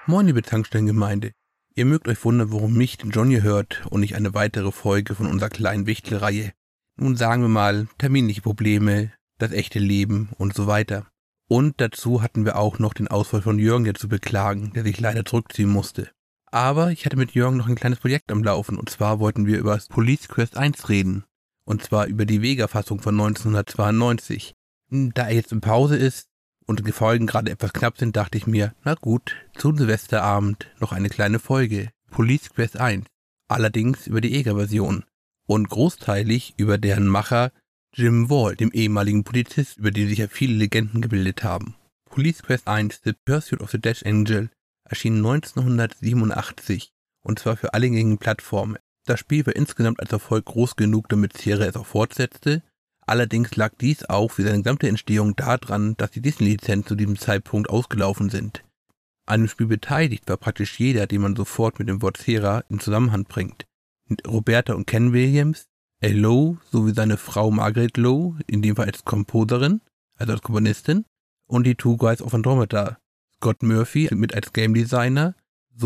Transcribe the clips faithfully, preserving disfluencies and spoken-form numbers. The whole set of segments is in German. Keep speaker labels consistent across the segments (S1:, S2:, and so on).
S1: Moin liebe Tankstellengemeinde. Ihr mögt euch wundern, warum mich den John hier hört und nicht eine weitere Folge von unserer kleinen Wichtelreihe. Nun sagen wir mal, terminliche Probleme, das echte Leben und so weiter. Und dazu hatten wir auch noch den Ausfall von Jürgen, der zu beklagen, der sich leider zurückziehen musste. Aber ich hatte mit Jürgen noch ein kleines Projekt am Laufen, und zwar wollten wir über Police Quest eins reden. Und zwar über die Vega-Fassung von neunzehnhundertzweiundneunzig. Da er jetzt in Pause ist und die Folgen gerade etwas knapp sind, dachte ich mir, na gut, zu Silvesterabend noch eine kleine Folge, Police Quest eins. Allerdings über die E G A-Version. Und großteilig über deren Macher Jim Wall, dem ehemaligen Polizist, über den sich ja viele Legenden gebildet haben. Police Quest eins, The Pursuit of the Death Angel, erschien neunzehnhundertsiebenundachtzig, und zwar für alle gängigen Plattformen. Das Spiel war insgesamt als Erfolg groß genug, damit Sierra es auch fortsetzte. Allerdings lag dies auch für seine gesamte Entstehung daran, dass die Disney-Lizenzen zu diesem Zeitpunkt ausgelaufen sind. An dem Spiel beteiligt war praktisch jeder, den man sofort mit dem Wort Sierra in Zusammenhang bringt. Roberta und Ken Williams, A. Lowe sowie seine Frau Margaret Lowe, in dem Fall als Komposerin, also als Komponistin, und die Two Guys of Andromeda, Scott Murphy mit als Game Designer,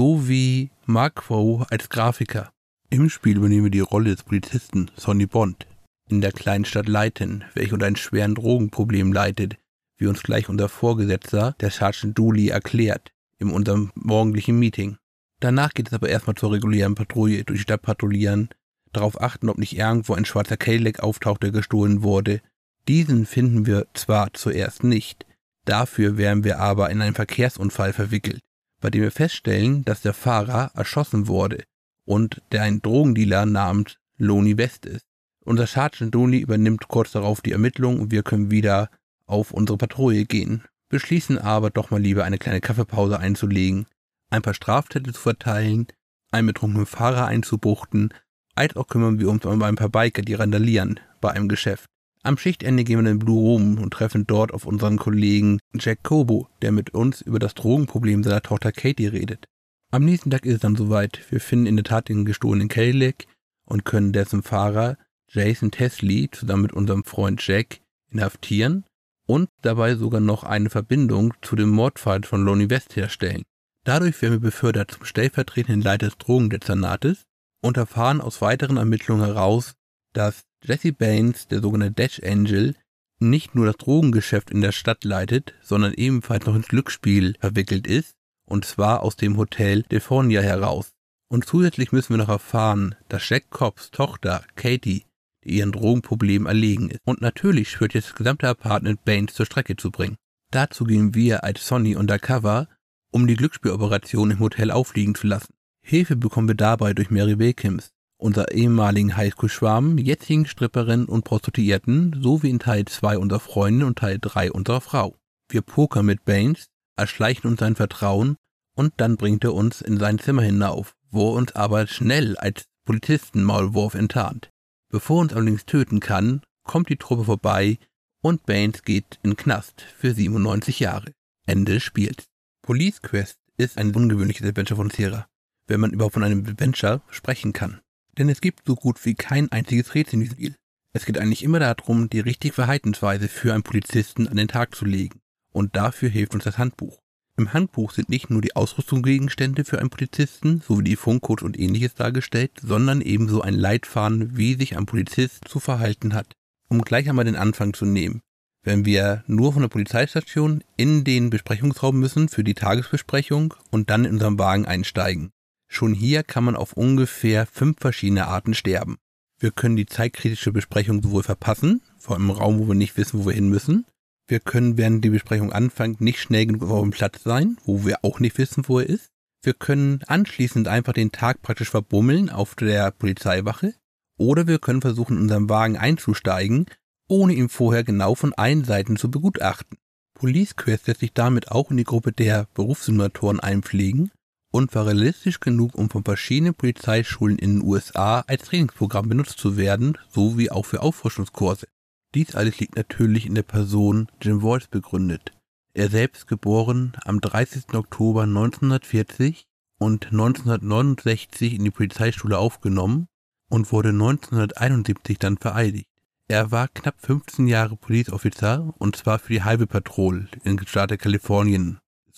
S1: sowie Mark Crowe als Grafiker. Im Spiel übernehmen wir die Rolle des Polizisten Sonny Bond in der kleinen Stadt Leighton, welche unter einem schweren Drogenproblem leidet, wie uns gleich unser Vorgesetzter, der Sergeant Dooley, erklärt, in unserem morgendlichen Meeting. Danach geht es aber erstmal zur regulären Patrouille, durch die Stadt patrouillieren, darauf achten, ob nicht irgendwo ein schwarzer Cadillac auftaucht, der gestohlen wurde. Diesen finden wir zwar zuerst nicht, dafür wären wir aber in einen Verkehrsunfall verwickelt, bei dem wir feststellen, dass der Fahrer erschossen wurde und der ein Drogendealer namens Lonnie West ist. Unser Sergeant Dooley übernimmt kurz darauf die Ermittlungen und wir können wieder auf unsere Patrouille gehen, beschließen aber doch mal lieber eine kleine Kaffeepause einzulegen, ein paar Strafzettel zu verteilen, einen betrunkenen Fahrer einzubuchten, als auch kümmern wir uns um ein paar Biker, die randalieren bei einem Geschäft. Am Schichtende gehen wir in den Blue Room und treffen dort auf unseren Kollegen Jack Cobo, der mit uns über das Drogenproblem seiner Tochter Katie redet. Am nächsten Tag ist es dann soweit. Wir finden in der Tat den gestohlenen Cadillac und können dessen Fahrer Jason Tesley zusammen mit unserem Freund Jack inhaftieren und dabei sogar noch eine Verbindung zu dem Mordfall von Lonnie West herstellen. Dadurch werden wir befördert zum stellvertretenden Leiter des Drogendezernates und erfahren aus weiteren Ermittlungen heraus, dass Jesse Baines, der sogenannte Death Angel, nicht nur das Drogengeschäft in der Stadt leitet, sondern ebenfalls noch ins Glücksspiel verwickelt ist, und zwar aus dem Hotel Defornia heraus. Und zusätzlich müssen wir noch erfahren, dass Jack Cobbs Tochter Katie ihren Drogenproblem erlegen ist. Und natürlich schwört jetzt das gesamte Apartment Baines zur Strecke zu bringen. Dazu gehen wir als Sonny undercover, um die Glücksspieloperation im Hotel auffliegen zu lassen. Hilfe bekommen wir dabei durch Mary Wilkins, unserer ehemaligen Highschool-Schwarm, jetzigen Stripperin und Prostituierten, sowie in Teil zwei unserer Freundin und Teil drei unserer Frau. Wir pokern mit Baines, erschleichen uns sein Vertrauen und dann bringt er uns in sein Zimmer hinauf, wo er uns aber schnell als Polizistenmaulwurf enttarnt. Bevor er uns allerdings töten kann, kommt die Truppe vorbei und Baines geht in den Knast für siebenundneunzig Jahre. Ende des Spiels. Police Quest ist ein ungewöhnliches Adventure von Sierra, wenn man überhaupt von einem Adventure sprechen kann. Denn es gibt so gut wie kein einziges Rätsel in diesem Spiel. Es geht eigentlich immer darum, die richtige Verhaltensweise für einen Polizisten an den Tag zu legen. Und dafür hilft uns das Handbuch. Im Handbuch sind nicht nur die Ausrüstungsgegenstände für einen Polizisten sowie die Funkcodes und ähnliches dargestellt, sondern ebenso ein Leitfaden, wie sich ein Polizist zu verhalten hat. Um gleich einmal den Anfang zu nehmen. Wenn wir nur von der Polizeistation in den Besprechungsraum müssen für die Tagesbesprechung und dann in unserem Wagen einsteigen. Schon hier kann man auf ungefähr fünf verschiedene Arten sterben. Wir können die zeitkritische Besprechung sowohl verpassen, vor allem im Raum, wo wir nicht wissen, wo wir hin müssen. Wir können, während die Besprechung anfängt, nicht schnell genug auf dem Platz sein, wo wir auch nicht wissen, wo er ist. Wir können anschließend einfach den Tag praktisch verbummeln auf der Polizeiwache. Oder wir können versuchen, in unseren Wagen einzusteigen, ohne ihn vorher genau von allen Seiten zu begutachten. Police Quest lässt sich damit auch in die Gruppe der Berufssimulatoren einpflegen und war realistisch genug, um von verschiedenen Polizeischulen in den U S A als Trainingsprogramm benutzt zu werden, sowie auch für Auffrischungskurse. Dies alles liegt natürlich in der Person Jim Walls begründet. Er selbst geboren am dreißigsten Oktober neunzehnhundertvierzig und neunzehnhundertneunundsechzig in die Polizeischule aufgenommen und wurde neunzehnhunderteinundsiebzig dann vereidigt. Er war knapp fünfzehn Jahre Police Officer, und zwar für die Highway Patrol im Staat Kalifornien,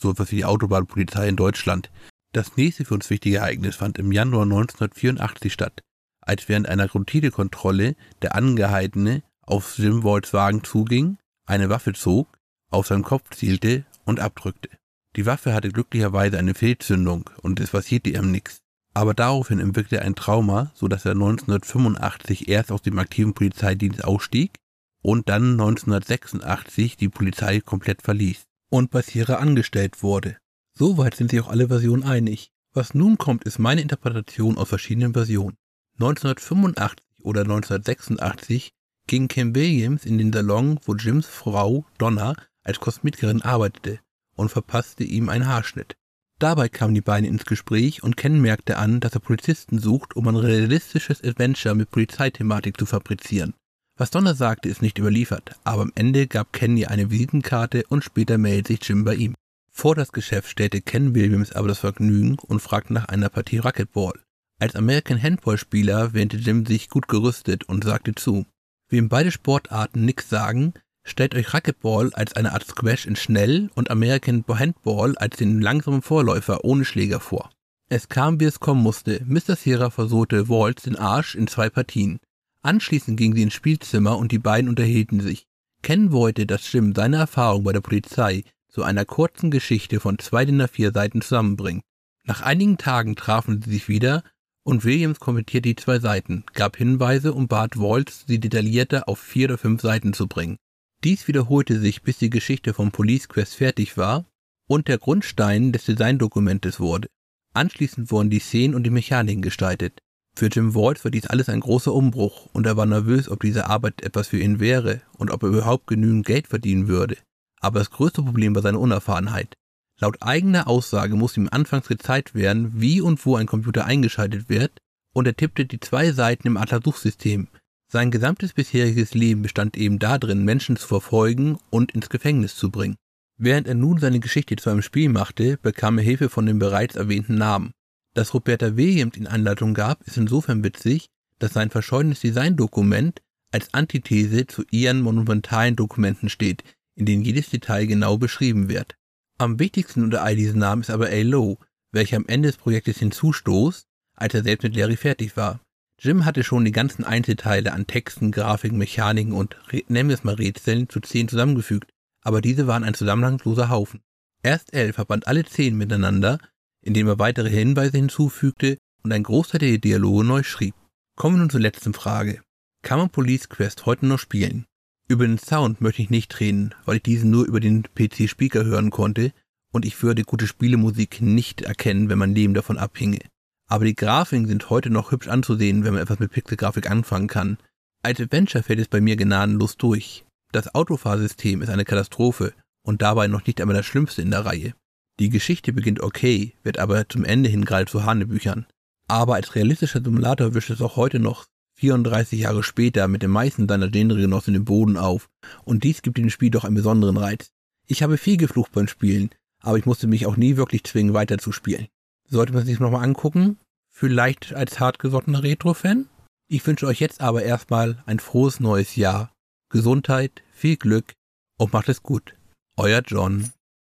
S1: so etwas wie die Autobahnpolizei in Deutschland. Das nächste für uns wichtige Ereignis fand im Januar neunzehnhundertvierundachtzig statt, als während einer Routinekontrolle der Angehaltene auf Jim Walls Wagen zuging, eine Waffe zog, auf seinen Kopf zielte und abdrückte. Die Waffe hatte glücklicherweise eine Fehlzündung und es passierte ihm nichts. Aber daraufhin entwickelte er ein Trauma, sodass er neunzehnhundertfünfundachtzig erst aus dem aktiven Polizeidienst ausstieg und dann neunzehnhundertsechsundachtzig die Polizei komplett verließ und bei Sierra angestellt wurde. Soweit sind sich auch alle Versionen einig. Was nun kommt, ist meine Interpretation aus verschiedenen Versionen. neunzehnhundertfünfundachtzig oder neunzehnhundertsechsundachtzig ging Ken Williams in den Salon, wo Jims Frau Donna als Kosmetikerin arbeitete, und verpasste ihm einen Haarschnitt. Dabei kamen die beiden ins Gespräch und Ken merkte an, dass er Polizisten sucht, um ein realistisches Adventure mit Polizeithematik zu fabrizieren. Was Donna sagte, ist nicht überliefert, aber am Ende gab Ken ihr eine Visitenkarte und später meldet sich Jim bei ihm. Vor das Geschäft stellte Ken Williams aber das Vergnügen und fragte nach einer Partie Racquetball. Als American Handball-Spieler wähnte Jim sich gut gerüstet und sagte zu: Wem beide Sportarten nichts sagen, stellt euch Racquetball als eine Art Squash in schnell und American Handball als den langsamen Vorläufer ohne Schläger vor. Es kam, wie es kommen musste. Mister Sierra versohlte Walls den Arsch in zwei Partien. Anschließend gingen sie ins Spielzimmer und die beiden unterhielten sich. Ken wollte, dass Jim seine Erfahrung bei der Polizei zu einer kurzen Geschichte von zwei D I N A vier Seiten zusammenbringt. Nach einigen Tagen trafen sie sich wieder und Williams kommentierte die zwei Seiten, gab Hinweise und bat Walls, sie detaillierter auf vier oder fünf Seiten zu bringen. Dies wiederholte sich, bis die Geschichte vom Police Quest fertig war und der Grundstein des Designdokumentes wurde. Anschließend wurden die Szenen und die Mechaniken gestaltet. Für Jim Walls war dies alles ein großer Umbruch und er war nervös, ob diese Arbeit etwas für ihn wäre und ob er überhaupt genügend Geld verdienen würde. Aber das größte Problem war seine Unerfahrenheit. Laut eigener Aussage musste ihm anfangs gezeigt werden, wie und wo ein Computer eingeschaltet wird, und er tippte die zwei Seiten im Atlas-Suchsystem. Sein gesamtes bisheriges Leben bestand eben darin, Menschen zu verfolgen und ins Gefängnis zu bringen. Während er nun seine Geschichte zu einem Spiel machte, bekam er Hilfe von dem bereits erwähnten Namen. Dass Roberta Williams ihn Anleitung gab, ist insofern witzig, dass sein verschollenes Designdokument als Antithese zu ihren monumentalen Dokumenten steht, in denen jedes Detail genau beschrieben wird. Am wichtigsten unter all diesen Namen ist aber A. Lowe, welcher am Ende des Projektes hinzustoß, als er selbst mit Larry fertig war. Jim hatte schon die ganzen Einzelteile an Texten, Grafiken, Mechaniken und, nennen wir es mal Rätseln, zu zehn zusammengefügt, aber diese waren ein zusammenhangsloser Haufen. Erst L verband alle zehn miteinander, indem er weitere Hinweise hinzufügte und ein Großteil der Dialoge neu schrieb. Kommen wir nun zur letzten Frage. Kann man Police Quest heute noch spielen? Über den Sound möchte ich nicht reden, weil ich diesen nur über den P C-Speaker hören konnte und ich würde gute Spielemusik nicht erkennen, wenn mein Leben davon abhinge. Aber die Grafiken sind heute noch hübsch anzusehen, wenn man etwas mit Pixelgrafik anfangen kann. Als Adventure fällt es bei mir gnadenlos durch. Das Autofahrsystem ist eine Katastrophe und dabei noch nicht einmal das Schlimmste in der Reihe. Die Geschichte beginnt okay, wird aber zum Ende hin geradezu Hanebüchern. Aber als realistischer Simulator wischt es auch heute noch vierunddreißig Jahre später mit den meisten seiner Genregenossen den Boden auf und dies gibt dem Spiel doch einen besonderen Reiz. Ich habe viel geflucht beim Spielen, aber ich musste mich auch nie wirklich zwingen weiterzuspielen. Sollte man sich nochmal angucken? Vielleicht als hartgesottener Retro-Fan? Ich wünsche euch jetzt aber erstmal ein frohes neues Jahr. Gesundheit, viel Glück und macht es gut. Euer John.